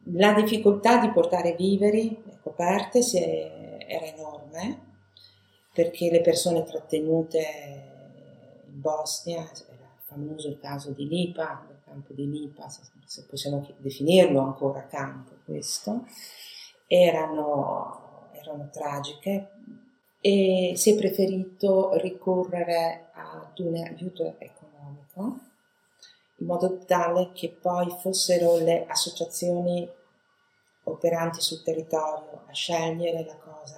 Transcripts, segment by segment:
La difficoltà di portare viveri e coperte era enorme, perché le persone trattenute in Bosnia, era famoso il caso di Lipa, del campo di Lipa, se possiamo definirlo ancora campo questo, erano tragiche, e si è preferito ricorrere ad un aiuto economico, in modo tale che poi fossero le associazioni operanti sul territorio a scegliere la cosa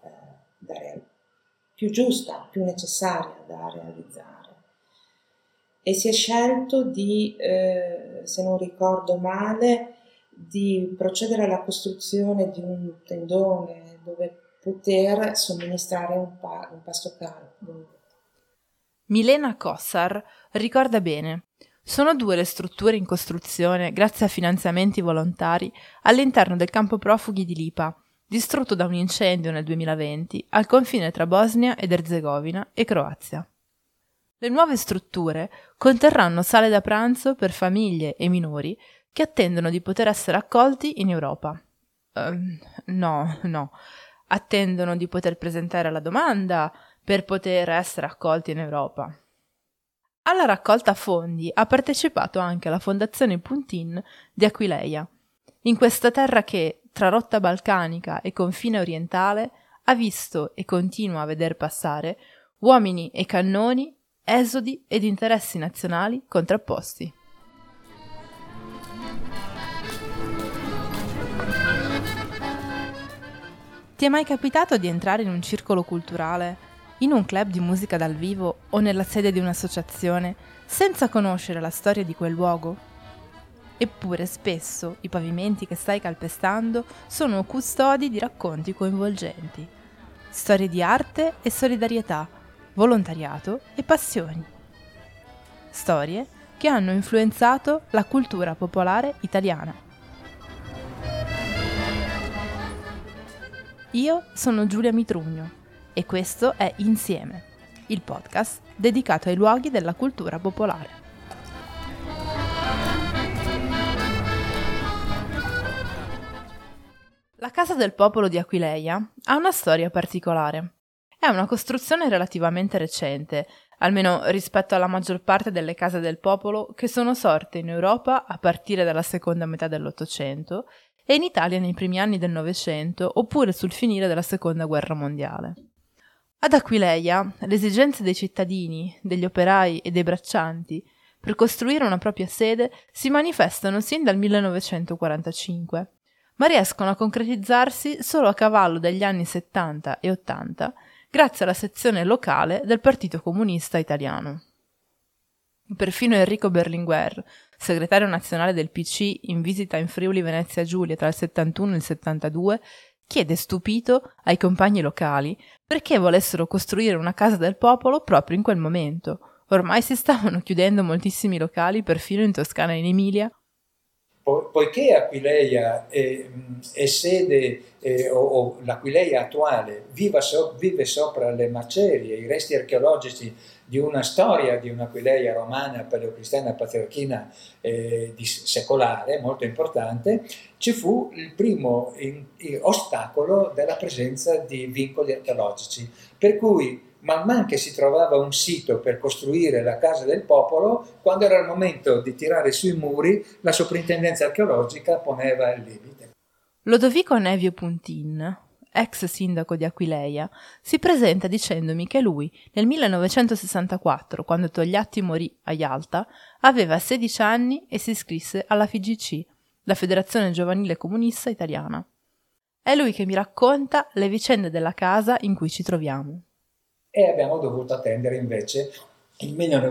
più giusta, più necessaria da realizzare. E si è scelto di, se non ricordo male, di procedere alla costruzione di un tendone dove poter somministrare un pasto caldo. Milena Kossar ricorda bene: sono 2 le strutture in costruzione grazie a finanziamenti volontari all'interno del campo profughi di Lipa, distrutto da un incendio nel 2020 al confine tra Bosnia ed Erzegovina e Croazia. Le nuove strutture conterranno sale da pranzo per famiglie e minori che attendono di poter essere accolti in Europa. No, attendono di poter presentare la domanda per poter essere accolti in Europa. Alla raccolta fondi ha partecipato anche la Fondazione Puntin di Aquileia, in questa terra che, tra rotta balcanica e confine orientale, ha visto e continua a veder passare uomini e cannoni, esodi ed interessi nazionali contrapposti. Ti è mai capitato di entrare in un circolo culturale, in un club di musica dal vivo o nella sede di un'associazione, senza conoscere la storia di quel luogo? Eppure spesso i pavimenti che stai calpestando sono custodi di racconti coinvolgenti, storie di arte e solidarietà, volontariato e passioni. Storie che hanno influenzato la cultura popolare italiana. Io sono Giulia Mitrugno e questo è Insieme, il podcast dedicato ai luoghi della cultura popolare. La Casa del Popolo di Aquileia ha una storia particolare. È una costruzione relativamente recente, almeno rispetto alla maggior parte delle case del popolo che sono sorte in Europa a partire dalla seconda metà dell'Ottocento e in Italia nei primi anni del Novecento oppure sul finire della Seconda Guerra Mondiale. Ad Aquileia, le esigenze dei cittadini, degli operai e dei braccianti per costruire una propria sede si manifestano sin dal 1945, ma riescono a concretizzarsi solo a cavallo degli anni 70 e 80 grazie alla sezione locale del Partito Comunista Italiano. Perfino Enrico Berlinguer, segretario nazionale del PC in visita in Friuli Venezia Giulia tra il 71 e il 72, chiede stupito ai compagni locali perché volessero costruire una casa del popolo proprio in quel momento. Ormai si stavano chiudendo moltissimi locali perfino in Toscana e in Emilia. Poiché Aquileia è sede, o l'Aquileia attuale vive sopra le macerie, i resti archeologici di una storia di un'Aquileia romana, paleocristiana, patriarchina, secolare, molto importante, ci fu il primo ostacolo della presenza di vincoli archeologici, per cui man mano che si trovava un sito per costruire la Casa del Popolo, quando era il momento di tirare sui muri, la soprintendenza archeologica poneva il limite. Lodovico Nevio Puntin, ex sindaco di Aquileia, si presenta dicendomi che lui, nel 1964, quando Togliatti morì a Yalta, aveva 16 anni e si iscrisse alla FIGC, la Federazione Giovanile Comunista Italiana. È lui che mi racconta le vicende della casa in cui ci troviamo. E abbiamo dovuto attendere invece il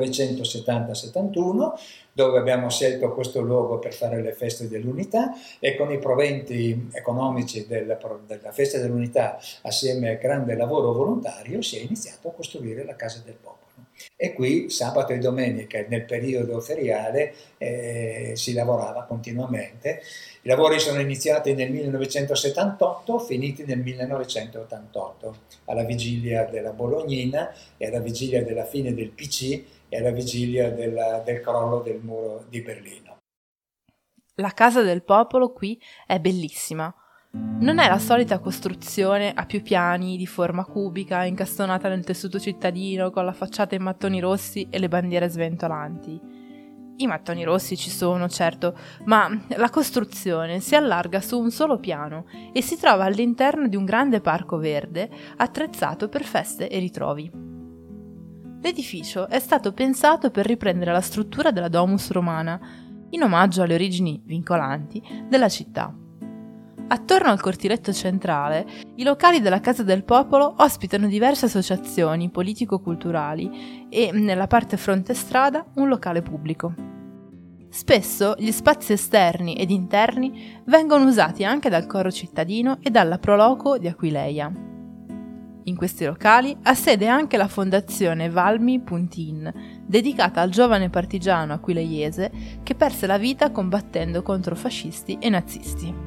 1970-71, dove abbiamo scelto questo luogo per fare le feste dell'unità, e con i proventi economici della festa dell'unità, assieme al grande lavoro volontario, si è iniziato a costruire la Casa del Popolo. E qui sabato e domenica, nel periodo feriale, si lavorava continuamente. I lavori sono iniziati nel 1978, finiti nel 1988, alla vigilia della Bolognina e alla vigilia della fine del PC e alla vigilia del crollo del muro di Berlino. La Casa del Popolo qui è bellissima. Non è la solita costruzione a più piani, di forma cubica, incastonata nel tessuto cittadino, con la facciata in mattoni rossi e le bandiere sventolanti. I mattoni rossi ci sono, certo, ma la costruzione si allarga su un solo piano e si trova all'interno di un grande parco verde attrezzato per feste e ritrovi. L'edificio è stato pensato per riprendere la struttura della Domus Romana, in omaggio alle origini vincolanti della città. Attorno al cortiletto centrale, i locali della Casa del Popolo ospitano diverse associazioni politico-culturali e, nella parte fronte strada, un locale pubblico. Spesso gli spazi esterni ed interni vengono usati anche dal coro cittadino e dalla Proloco di Aquileia. In questi locali ha sede anche la fondazione Valmy.in, dedicata al giovane partigiano aquileiese che perse la vita combattendo contro fascisti e nazisti.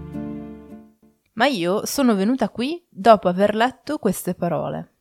Ma io sono venuta qui dopo aver letto queste parole.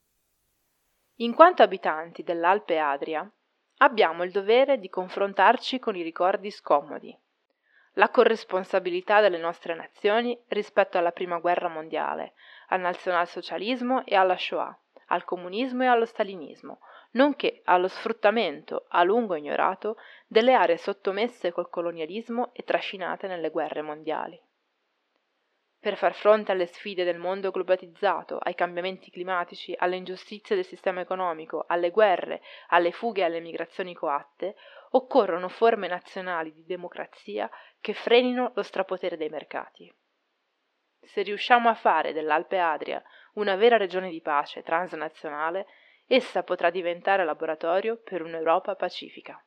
In quanto abitanti dell'Alpe Adria, abbiamo il dovere di confrontarci con i ricordi scomodi, la corresponsabilità delle nostre nazioni rispetto alla Prima Guerra Mondiale, al nazionalsocialismo e alla Shoah, al comunismo e allo stalinismo, nonché allo sfruttamento, a lungo ignorato, delle aree sottomesse col colonialismo e trascinate nelle guerre mondiali. Per far fronte alle sfide del mondo globalizzato, ai cambiamenti climatici, alle ingiustizie del sistema economico, alle guerre, alle fughe e alle migrazioni coatte, occorrono forme nazionali di democrazia che frenino lo strapotere dei mercati. Se riusciamo a fare dell'Alpe Adria una vera regione di pace transnazionale, essa potrà diventare laboratorio per un'Europa pacifica.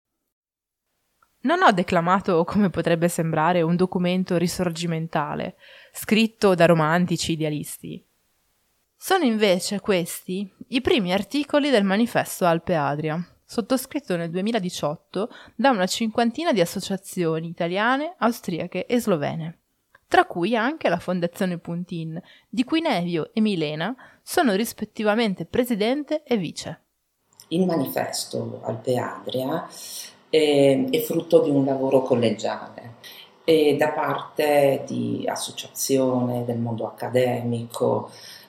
Non ho declamato, come potrebbe sembrare, un documento risorgimentale, scritto da romantici idealisti. Sono invece questi i primi articoli del manifesto Alpe Adria, sottoscritto nel 2018 da una cinquantina di associazioni italiane, austriache e slovene, tra cui anche la Fondazione Puntin, di cui Nevio e Milena sono rispettivamente presidente e vice. Il manifesto Alpe Adria è frutto di un lavoro collegiale da parte di associazioni del mondo accademico,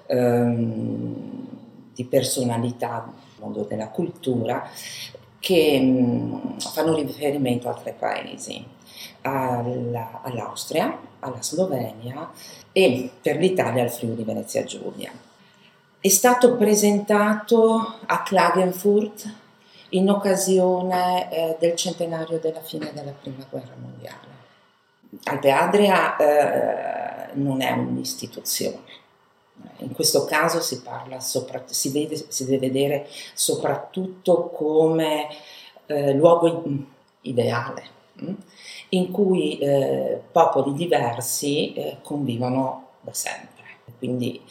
di personalità del mondo della cultura che fanno riferimento a 3 paesi, all'Austria, alla Slovenia e per l'Italia al Friuli Venezia Giulia. È stato presentato a Klagenfurt in occasione del centenario della fine della Prima Guerra Mondiale. Alpe Adria non è un'istituzione. In questo caso si deve vedere soprattutto come luogo ideale in cui popoli diversi convivono da sempre. Quindi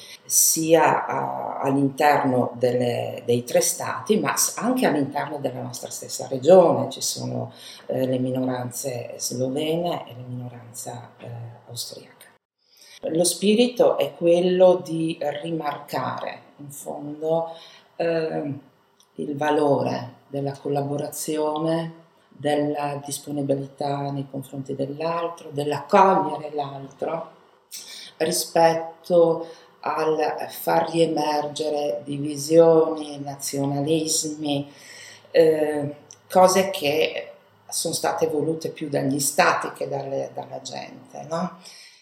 sia all'interno dei 3 stati, ma anche all'interno della nostra stessa regione ci sono le minoranze slovene e le minoranze austriache. Lo spirito è quello di rimarcare in fondo il valore della collaborazione, della disponibilità nei confronti dell'altro, dell'accogliere l'altro, rispetto al far riemergere divisioni, nazionalismi, cose che sono state volute più dagli stati che dalla gente, no?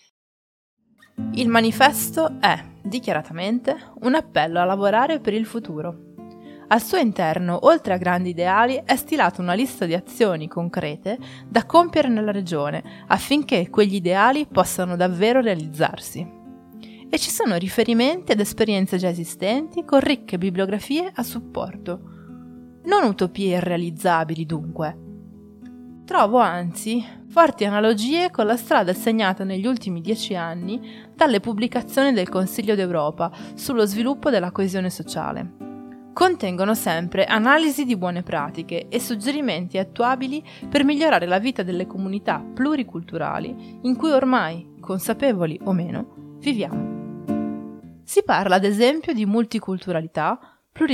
Il manifesto è, dichiaratamente, un appello a lavorare per il futuro. Al suo interno, oltre a grandi ideali, è stilata una lista di azioni concrete da compiere nella regione affinché quegli ideali possano davvero realizzarsi. E ci sono riferimenti ad esperienze già esistenti con ricche bibliografie a supporto. Non utopie irrealizzabili, dunque. Trovo anzi forti analogie con la strada segnata negli ultimi 10 anni dalle pubblicazioni del Consiglio d'Europa sullo sviluppo della coesione sociale. Contengono sempre analisi di buone pratiche e suggerimenti attuabili per migliorare la vita delle comunità pluriculturali in cui ormai, consapevoli o meno, viviamo. Si parla ad esempio di multiculturalità,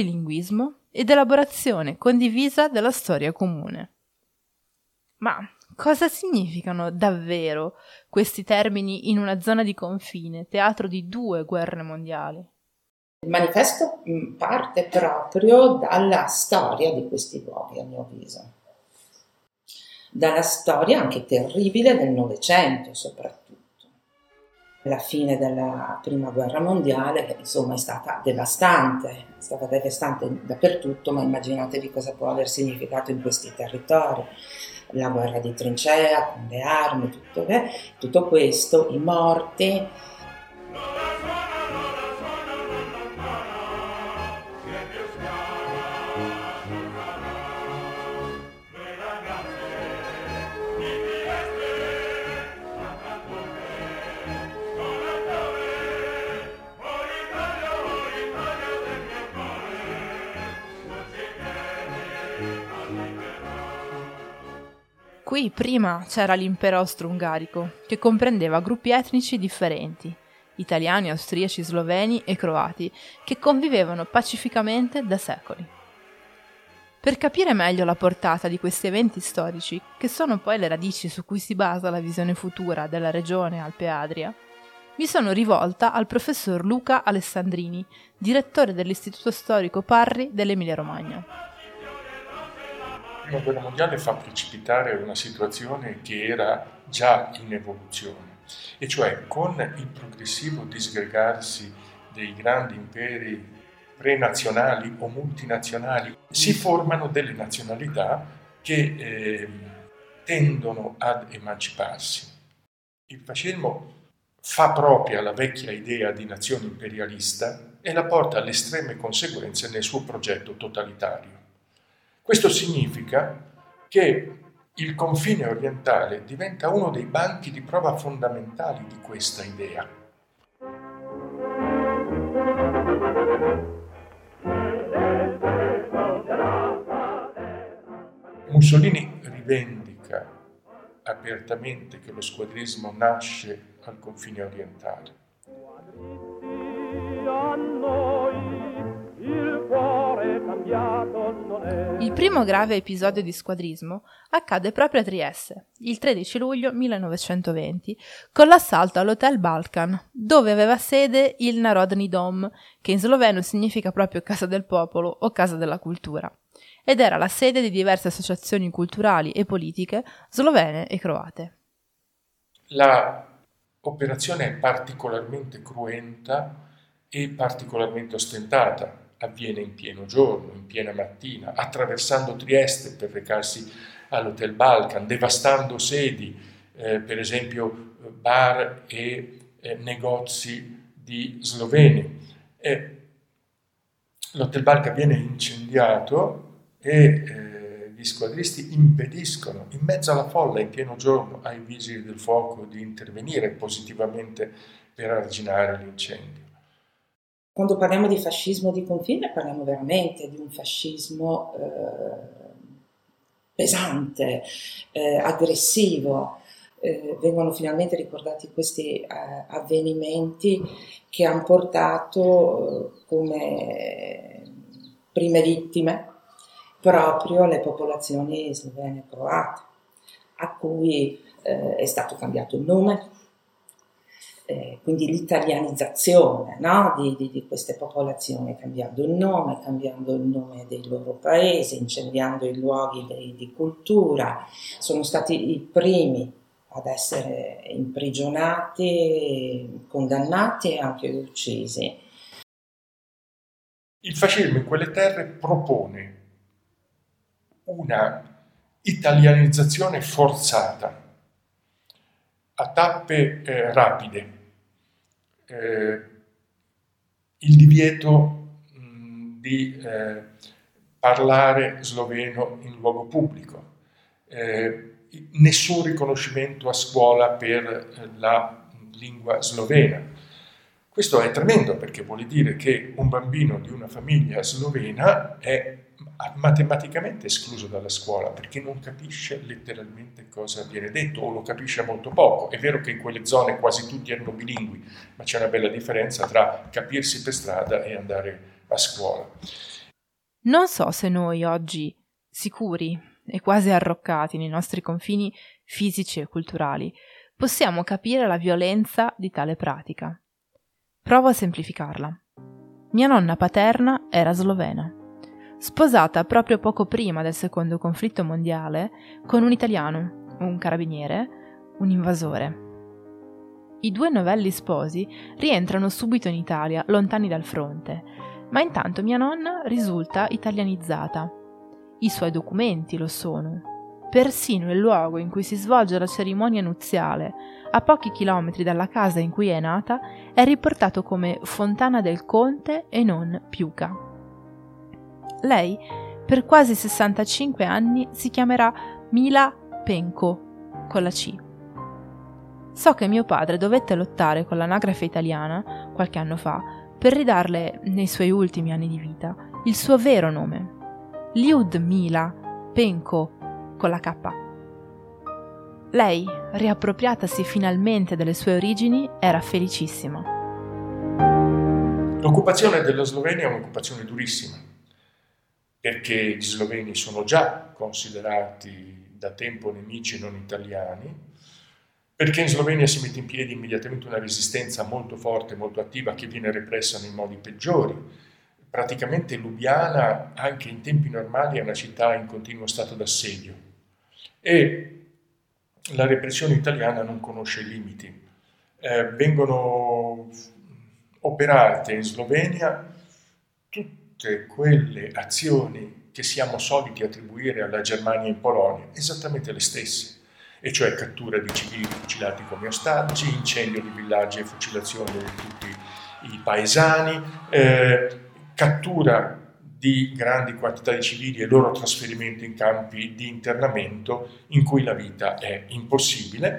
plurilinguismo ed elaborazione condivisa della storia comune. Ma cosa significano davvero questi termini in una zona di confine, teatro di 2 guerre mondiali? Il manifesto parte proprio dalla storia di questi luoghi, a mio avviso. Dalla storia anche terribile del Novecento, soprattutto. La fine della Prima Guerra Mondiale, insomma, è stata devastante dappertutto, ma immaginatevi cosa può aver significato in questi territori. La guerra di trincea, con le armi, tutto questo, i morti. Qui prima c'era l'impero austro-ungarico, che comprendeva gruppi etnici differenti, italiani, austriaci, sloveni e croati, che convivevano pacificamente da secoli. Per capire meglio la portata di questi eventi storici, che sono poi le radici su cui si basa la visione futura della regione Alpe-Adria, mi sono rivolta al professor Luca Alessandrini, direttore dell'Istituto Storico Parri dell'Emilia-Romagna. La Prima Guerra Mondiale fa precipitare una situazione che era già in evoluzione, e cioè con il progressivo disgregarsi dei grandi imperi prenazionali o multinazionali si formano delle nazionalità che tendono ad emanciparsi. Il fascismo fa propria la vecchia idea di nazione imperialista e la porta alle estreme conseguenze nel suo progetto totalitario. Questo significa che il confine orientale diventa uno dei banchi di prova fondamentali di questa idea. Mussolini rivendica apertamente che lo squadrismo nasce al confine orientale. Il primo grave episodio di squadrismo accade proprio a Trieste, il 13 luglio 1920, con l'assalto all'Hotel Balkan, dove aveva sede il Narodni Dom, che in sloveno significa proprio Casa del Popolo o Casa della Cultura, ed era la sede di diverse associazioni culturali e politiche slovene e croate. La operazione è particolarmente cruenta e particolarmente ostentata. Avviene in pieno giorno, in piena mattina, attraversando Trieste per recarsi all'Hotel Balkan, devastando sedi, per esempio bar e negozi di sloveni. L'Hotel Balkan viene incendiato e gli squadristi impediscono, in mezzo alla folla, in pieno giorno, ai vigili del fuoco di intervenire positivamente per arginare l'incendio. Quando parliamo di fascismo di confine parliamo veramente di un fascismo pesante, aggressivo. Vengono finalmente ricordati questi avvenimenti che hanno portato come prime vittime proprio le popolazioni slovene e croate, a cui è stato cambiato il nome. Quindi l'italianizzazione, no? di queste popolazioni, cambiando il nome dei loro paesi, incendiando i luoghi di cultura. Sono stati i primi ad essere imprigionati, condannati e anche uccisi. Il fascismo in quelle terre propone una italianizzazione forzata, a tappe rapide, il divieto di parlare sloveno in luogo pubblico, nessun riconoscimento a scuola per la lingua slovena. Questo è tremendo perché vuol dire che un bambino di una famiglia slovena è matematicamente escluso dalla scuola perché non capisce letteralmente cosa viene detto o lo capisce molto poco. È vero che in quelle zone quasi tutti erano bilingui, ma c'è una bella differenza tra capirsi per strada e andare a scuola. Non so se noi oggi, sicuri e quasi arroccati nei nostri confini, fisici e culturali, possiamo capire la violenza di tale pratica. Provo a semplificarla. Mia nonna paterna era slovena, sposata proprio poco prima del secondo conflitto mondiale con un italiano, un carabiniere, un invasore. I due novelli sposi rientrano subito in Italia, lontani dal fronte, ma intanto mia nonna risulta italianizzata. I suoi documenti lo sono. Persino il luogo in cui si svolge la cerimonia nuziale, a pochi chilometri dalla casa in cui è nata, è riportato come Fontana del Conte e non Piuca. Lei, per quasi 65 anni, si chiamerà Mila Penko, con la C. So che mio padre dovette lottare con l'anagrafe italiana, qualche anno fa, per ridarle, nei suoi ultimi anni di vita, il suo vero nome. Liudmila Penko, con la K. Lei, riappropriatasi finalmente delle sue origini, era felicissima. L'occupazione della Slovenia è un'occupazione durissima, perché gli sloveni sono già considerati da tempo nemici non italiani, perché in Slovenia si mette in piedi immediatamente una resistenza molto forte, molto attiva, che viene repressa nei modi peggiori. Praticamente Lubiana, anche in tempi normali, è una città in continuo stato d'assedio e la repressione italiana non conosce limiti. Vengono operate in Slovenia tutte quelle azioni che siamo soliti attribuire alla Germania in Polonia, esattamente le stesse, e cioè cattura di civili fucilati come ostaggi, incendio di villaggi e fucilazione di tutti i paesani, cattura di grandi quantità di civili e loro trasferimento in campi di internamento in cui la vita è impossibile.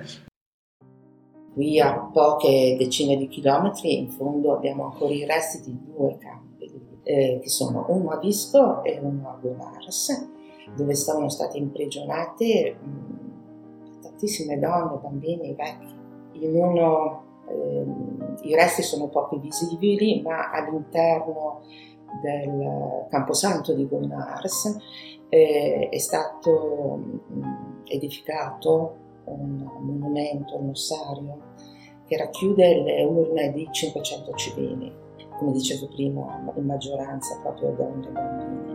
Qui a poche decine di chilometri in fondo abbiamo ancora i resti di due campi, che sono uno a Visco e uno a Gonars, dove stavano state imprigionate tantissime donne, bambini, vecchi. In uno i resti sono poco visibili, ma all'interno del Camposanto di Gonars è stato edificato un monumento, un ossario che racchiude le urne di 500 civili, come dicevo prima, in maggioranza proprio donne e bambini.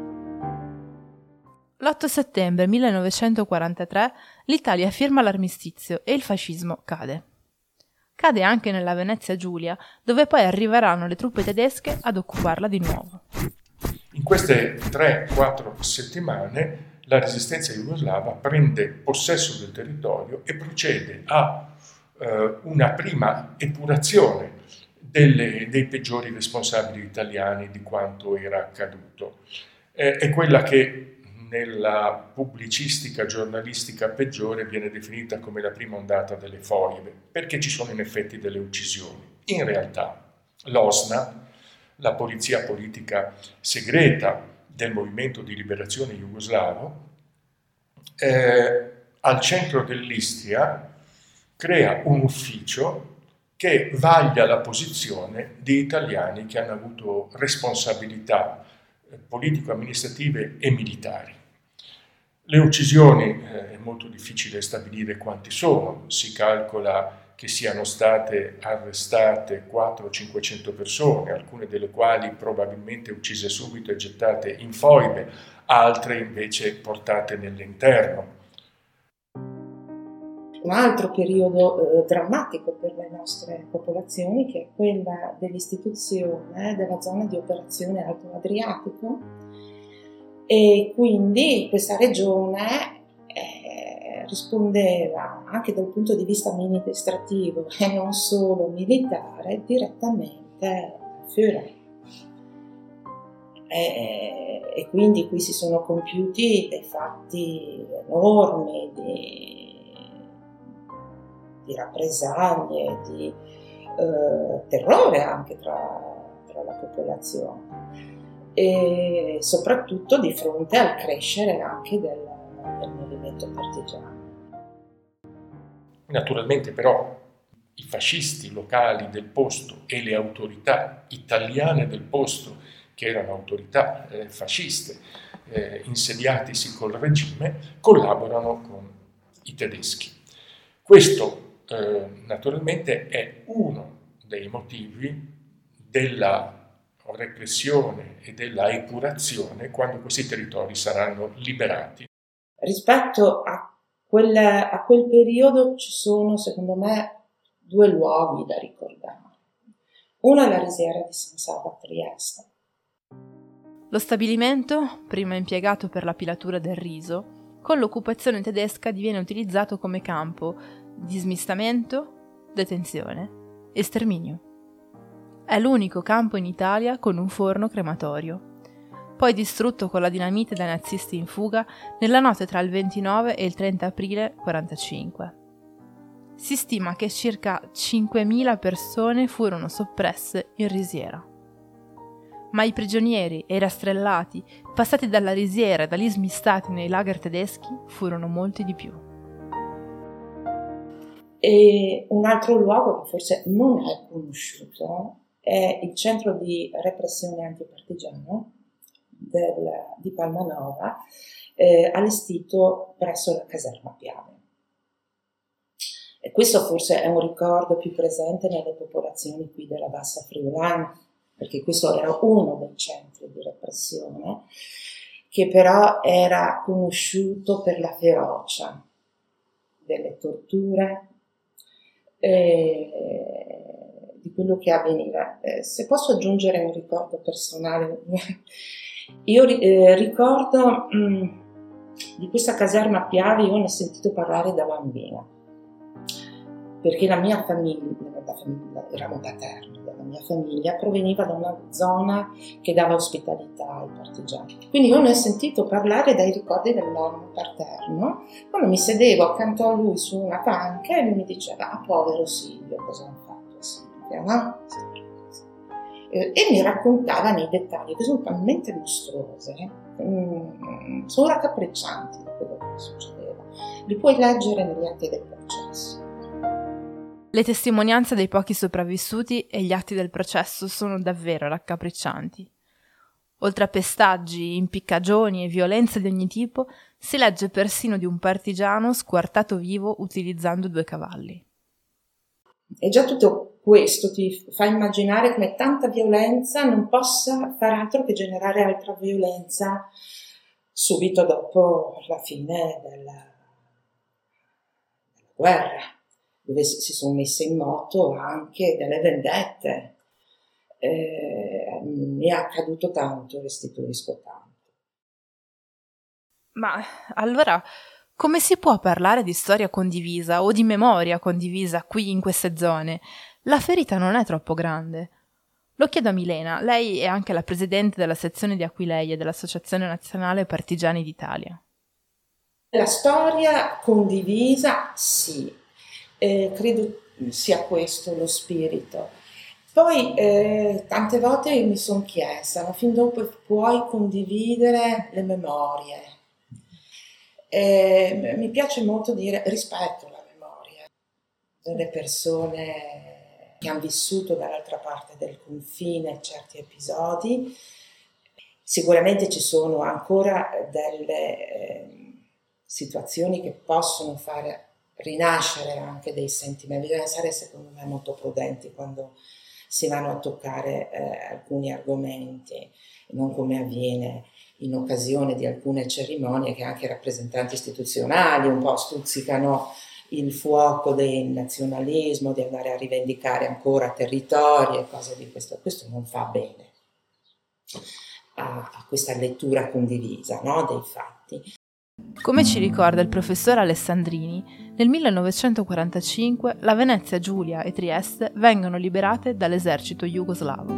L'8 settembre 1943 l'Italia firma l'armistizio e il fascismo cade. Cade anche nella Venezia Giulia, dove poi arriveranno le truppe tedesche ad occuparla di nuovo. In queste 3-4 settimane la resistenza jugoslava prende possesso del territorio e procede a una prima epurazione dei peggiori responsabili italiani di quanto era accaduto. È quella che nella pubblicistica giornalistica peggiore viene definita come la prima ondata delle foibe, perché ci sono in effetti delle uccisioni. In realtà l'OSNA, la polizia politica segreta del movimento di liberazione jugoslavo, al centro dell'Istria crea un ufficio che vaglia la posizione di italiani che hanno avuto responsabilità politico-amministrative e militari. Le uccisioni è molto difficile stabilire quanti sono, si calcola che siano state arrestate 400-500 persone, alcune delle quali probabilmente uccise subito e gettate in foibe, altre invece portate nell'interno. Un altro periodo drammatico per le nostre popolazioni, che è quella dell'istituzione della zona di operazione Alto Adriatico, e quindi questa regione rispondeva anche dal punto di vista amministrativo e non solo militare direttamente al Führer. E quindi qui si sono compiuti dei fatti enormi di rappresaglie, di terrore anche tra la popolazione, e soprattutto di fronte al crescere anche del movimento partigiano. Naturalmente però i fascisti locali del posto e le autorità italiane del posto, che erano autorità fasciste insediatisi col regime, collaborano con i tedeschi. Questo naturalmente è uno dei motivi della repressione e della epurazione quando questi territori saranno liberati. Rispetto a quel periodo ci sono, secondo me, due luoghi da ricordare. Uno è la risiera di San Saba a Trieste. Lo stabilimento, prima impiegato per la pilatura del riso, con l'occupazione tedesca diviene utilizzato come campo di smistamento, detenzione e sterminio. È l'unico campo in Italia con un forno crematorio, poi distrutto con la dinamite dai nazisti in fuga nella notte tra il 29 e il 30 aprile 1945. Si stima che circa 5.000 persone furono soppresse in risiera. Ma i prigionieri e i rastrellati, passati dalla risiera e da lì smistati nei lager tedeschi, furono molti di più. E un altro luogo che forse non è conosciuto è il centro di repressione antipartigiano di Palmanova, allestito presso la caserma Piave. E questo forse è un ricordo più presente nelle popolazioni qui della Bassa Friulana, perché questo era uno dei centri di repressione, che però era conosciuto per la ferocia delle torture, di quello che avveniva. Se posso aggiungere un ricordo personale, io ricordo di questa caserma Piave, io ne ho sentito parlare da bambina, perché la mia famiglia, il ramo paterno della mia famiglia, proveniva da una zona che dava ospitalità ai partigiani. Quindi io ne ho sentito parlare dai ricordi del nonno paterno, quando mi sedevo accanto a lui su una panca e lui mi diceva: "Ah, povero Silvio, cosa hanno fatto a Silvio, no?" E mi raccontava nei dettagli, che sono talmente mostruose, sono raccapriccianti di quello che succedeva. Li puoi leggere negli atti del processo. Le testimonianze dei pochi sopravvissuti e gli atti del processo sono davvero raccapriccianti. Oltre a pestaggi, impiccagioni e violenze di ogni tipo, si legge persino di un partigiano squartato vivo utilizzando 2 cavalli. E già tutto questo ti fa immaginare come tanta violenza non possa far altro che generare altra violenza subito dopo la fine della guerra, dove si sono messe in moto anche delle vendette. Mi è accaduto tanto, restituisco tanto. Ma allora, come si può parlare di storia condivisa o di memoria condivisa qui in queste zone? La ferita non è troppo grande. Lo chiedo a Milena, lei è anche la presidente della sezione di Aquileia dell'Associazione Nazionale Partigiani d'Italia. La storia condivisa, sì, credo sia questo lo spirito. Poi tante volte mi sono chiesta, ma fin dopo puoi condividere le memorie? Mi piace molto dire rispetto la memoria delle persone che hanno vissuto dall'altra parte del confine certi episodi. Sicuramente ci sono ancora delle situazioni che possono fare rinascere anche dei sentimenti. Bisogna essere, secondo me, molto prudenti quando si vanno a toccare alcuni argomenti, non come avviene in occasione di alcune cerimonie che anche rappresentanti istituzionali un po' stuzzicano il fuoco del nazionalismo, di andare a rivendicare ancora territori e cose di questo. Questo non fa bene a questa lettura condivisa, no, dei fatti. Come ci ricorda il professor Alessandrini, nel 1945 la Venezia Giulia e Trieste vengono liberate dall'esercito jugoslavo.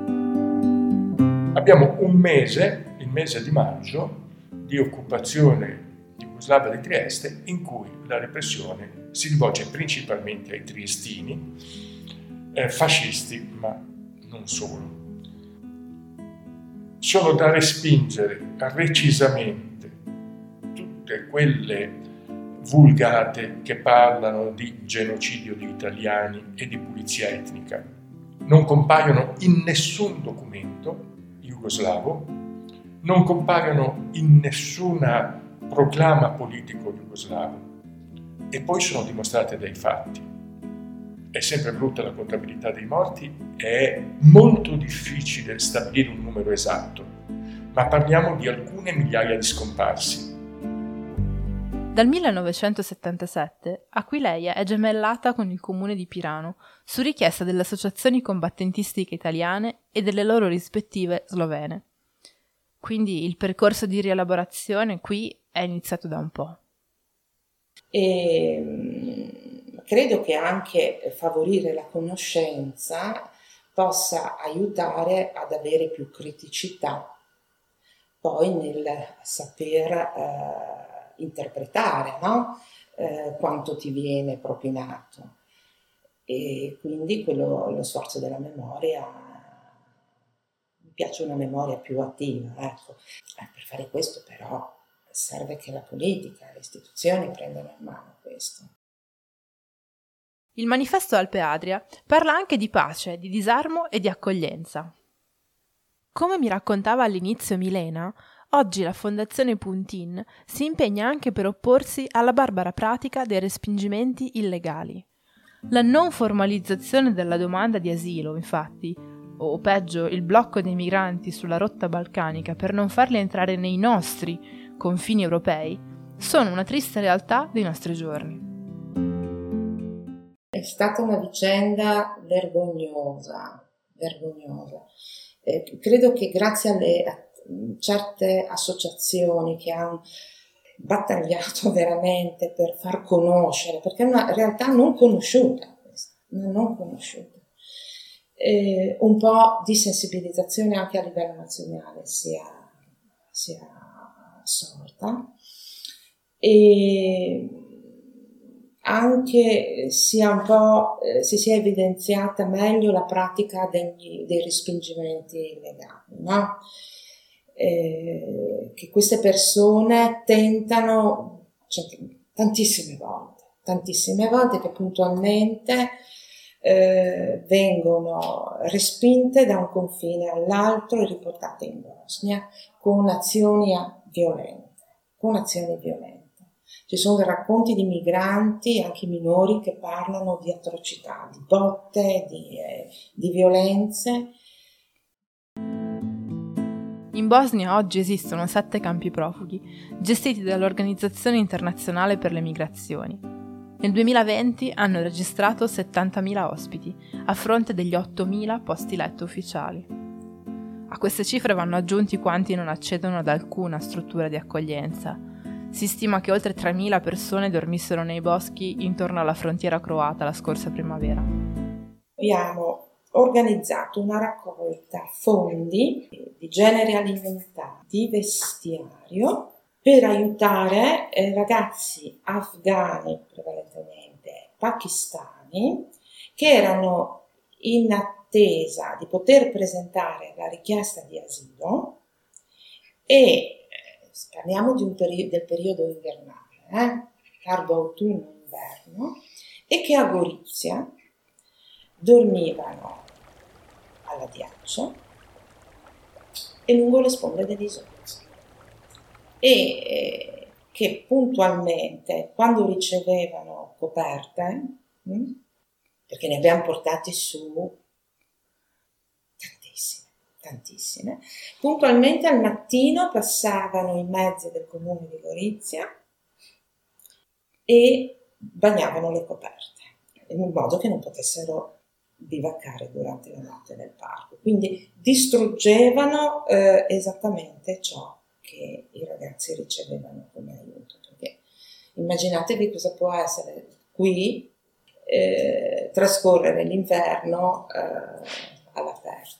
Abbiamo un mese, il mese di maggio, di occupazione jugoslava di Trieste, in cui la repressione si rivolge principalmente ai triestini, fascisti, ma non solo. Sono da respingere recisamente tutte quelle vulgate che parlano di genocidio di italiani e di pulizia etnica. Non compaiono in nessun documento jugoslavo, non compaiono in nessuna proclama politico jugoslavo. e poi sono dimostrate dai fatti. È sempre brutta la contabilità dei morti, è molto difficile stabilire un numero esatto, ma parliamo di alcune migliaia di scomparsi. Dal 1977 Aquileia è gemellata con il comune di Pirano su richiesta delle associazioni combattentistiche italiane e delle loro rispettive slovene. Quindi il percorso di rielaborazione qui è iniziato da un po'. Credo che anche favorire la conoscenza possa aiutare ad avere più criticità poi nel saper interpretare, no? Quanto ti viene propinato. E quindi lo sforzo della memoria, mi piace una memoria più attiva, ecco. Per fare questo però serve che la politica, le istituzioni prendano in mano questo. Il manifesto Alpe Adria parla anche di pace, di disarmo e di accoglienza. Come mi raccontava all'inizio Milena, oggi la Fondazione Puntin si impegna anche per opporsi alla barbara pratica dei respingimenti illegali. La non formalizzazione della domanda di asilo, infatti, o peggio il blocco dei migranti sulla rotta balcanica per non farli entrare nei nostri confini europei, sono una triste realtà dei nostri giorni. È stata una vicenda vergognosa. Credo che grazie a certe associazioni che hanno battagliato veramente per far conoscere, perché è una realtà non conosciuta, un po' di sensibilizzazione anche a livello nazionale sia sorta, e anche sia un po' si sia evidenziata meglio la pratica dei respingimenti illegali, no? Che queste persone tentano, cioè, tantissime volte che puntualmente vengono respinte da un confine all'altro e riportate in Bosnia con azioni violente. Ci sono racconti di migranti, anche minori, che parlano di atrocità, di botte, di violenze. In Bosnia oggi esistono 7 campi profughi, gestiti dall'Organizzazione Internazionale per le Migrazioni. Nel 2020 hanno registrato 70.000 ospiti, a fronte degli 8.000 posti letto ufficiali. A queste cifre vanno aggiunti quanti non accedono ad alcuna struttura di accoglienza. Si stima che oltre 3.000 persone dormissero nei boschi intorno alla frontiera croata la scorsa primavera. Abbiamo organizzato una raccolta fondi di generi alimentari, di vestiario, per aiutare ragazzi afghani, prevalentemente pakistani, che erano in attesa di poter presentare la richiesta di asilo, e parliamo del periodo invernale, tardo autunno-inverno, e che a Gorizia dormivano all'addiaccio e lungo le sponde dell'Isonzo, e che puntualmente, quando ricevevano coperte, perché ne abbiamo portati su tantissime, puntualmente al mattino passavano i mezzi del comune di Gorizia e bagnavano le coperte, in modo che non potessero bivaccare durante la notte nel parco. Quindi distruggevano esattamente ciò che i ragazzi ricevevano come aiuto, perché immaginatevi cosa può essere qui trascorrere l'inverno all'aperto.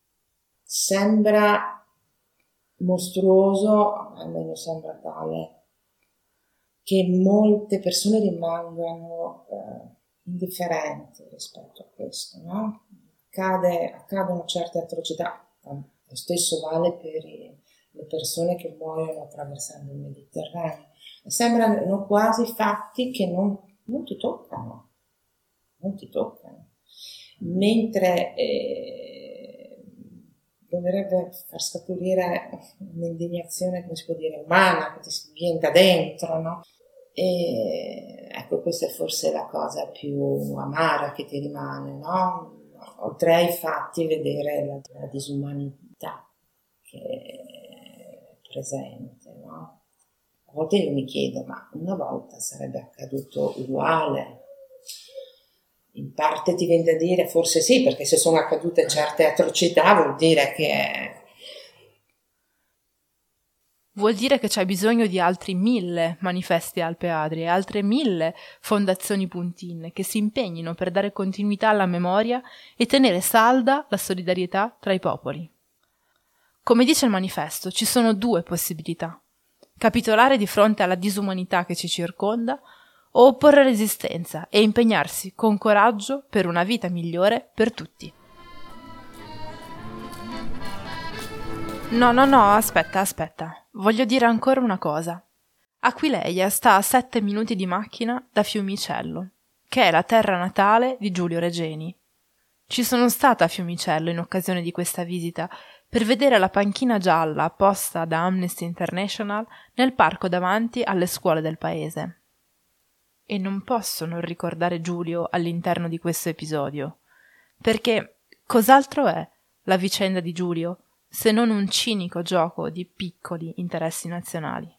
Sembra mostruoso, almeno sembra tale, che molte persone rimangano indifferenti rispetto a questo, no? Accadono certe atrocità, lo stesso vale per le persone che muoiono attraversando il Mediterraneo. Sembrano quasi fatti che non ti toccano, mentre dovrebbe far scaturire un'indignazione, come si può dire, umana, che ti viene da dentro, no? E ecco, questa è forse la cosa più amara che ti rimane, no? Oltre ai fatti, vedere la disumanità che è presente, no? A volte io mi chiedo, ma una volta sarebbe accaduto uguale? In parte ti viene da dire forse sì, perché se sono accadute certe atrocità vuol dire che... Vuol dire che c'è bisogno di altri 1000 manifesti Alpe Adria e altre 1000 fondazioni Puntin che si impegnino per dare continuità alla memoria e tenere salda la solidarietà tra i popoli. Come dice il manifesto, ci sono 2 possibilità: capitolare di fronte alla disumanità che ci circonda o opporre resistenza e impegnarsi con coraggio per una vita migliore per tutti. No, aspetta. Voglio dire ancora una cosa. Aquileia sta a 7 minuti di macchina da Fiumicello, che è la terra natale di Giulio Regeni. Ci sono stata a Fiumicello in occasione di questa visita per vedere la panchina gialla posta da Amnesty International nel parco davanti alle scuole del paese. E non posso non ricordare Giulio all'interno di questo episodio, perché cos'altro è la vicenda di Giulio se non un cinico gioco di piccoli interessi nazionali?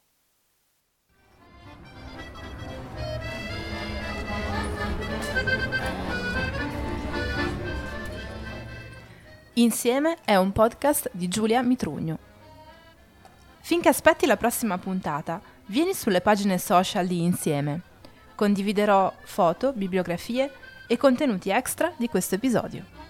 Insieme è un podcast di Giulia Mitrugno. Finché aspetti la prossima puntata, vieni sulle pagine social di Insieme. Condividerò foto, bibliografie e contenuti extra di questo episodio.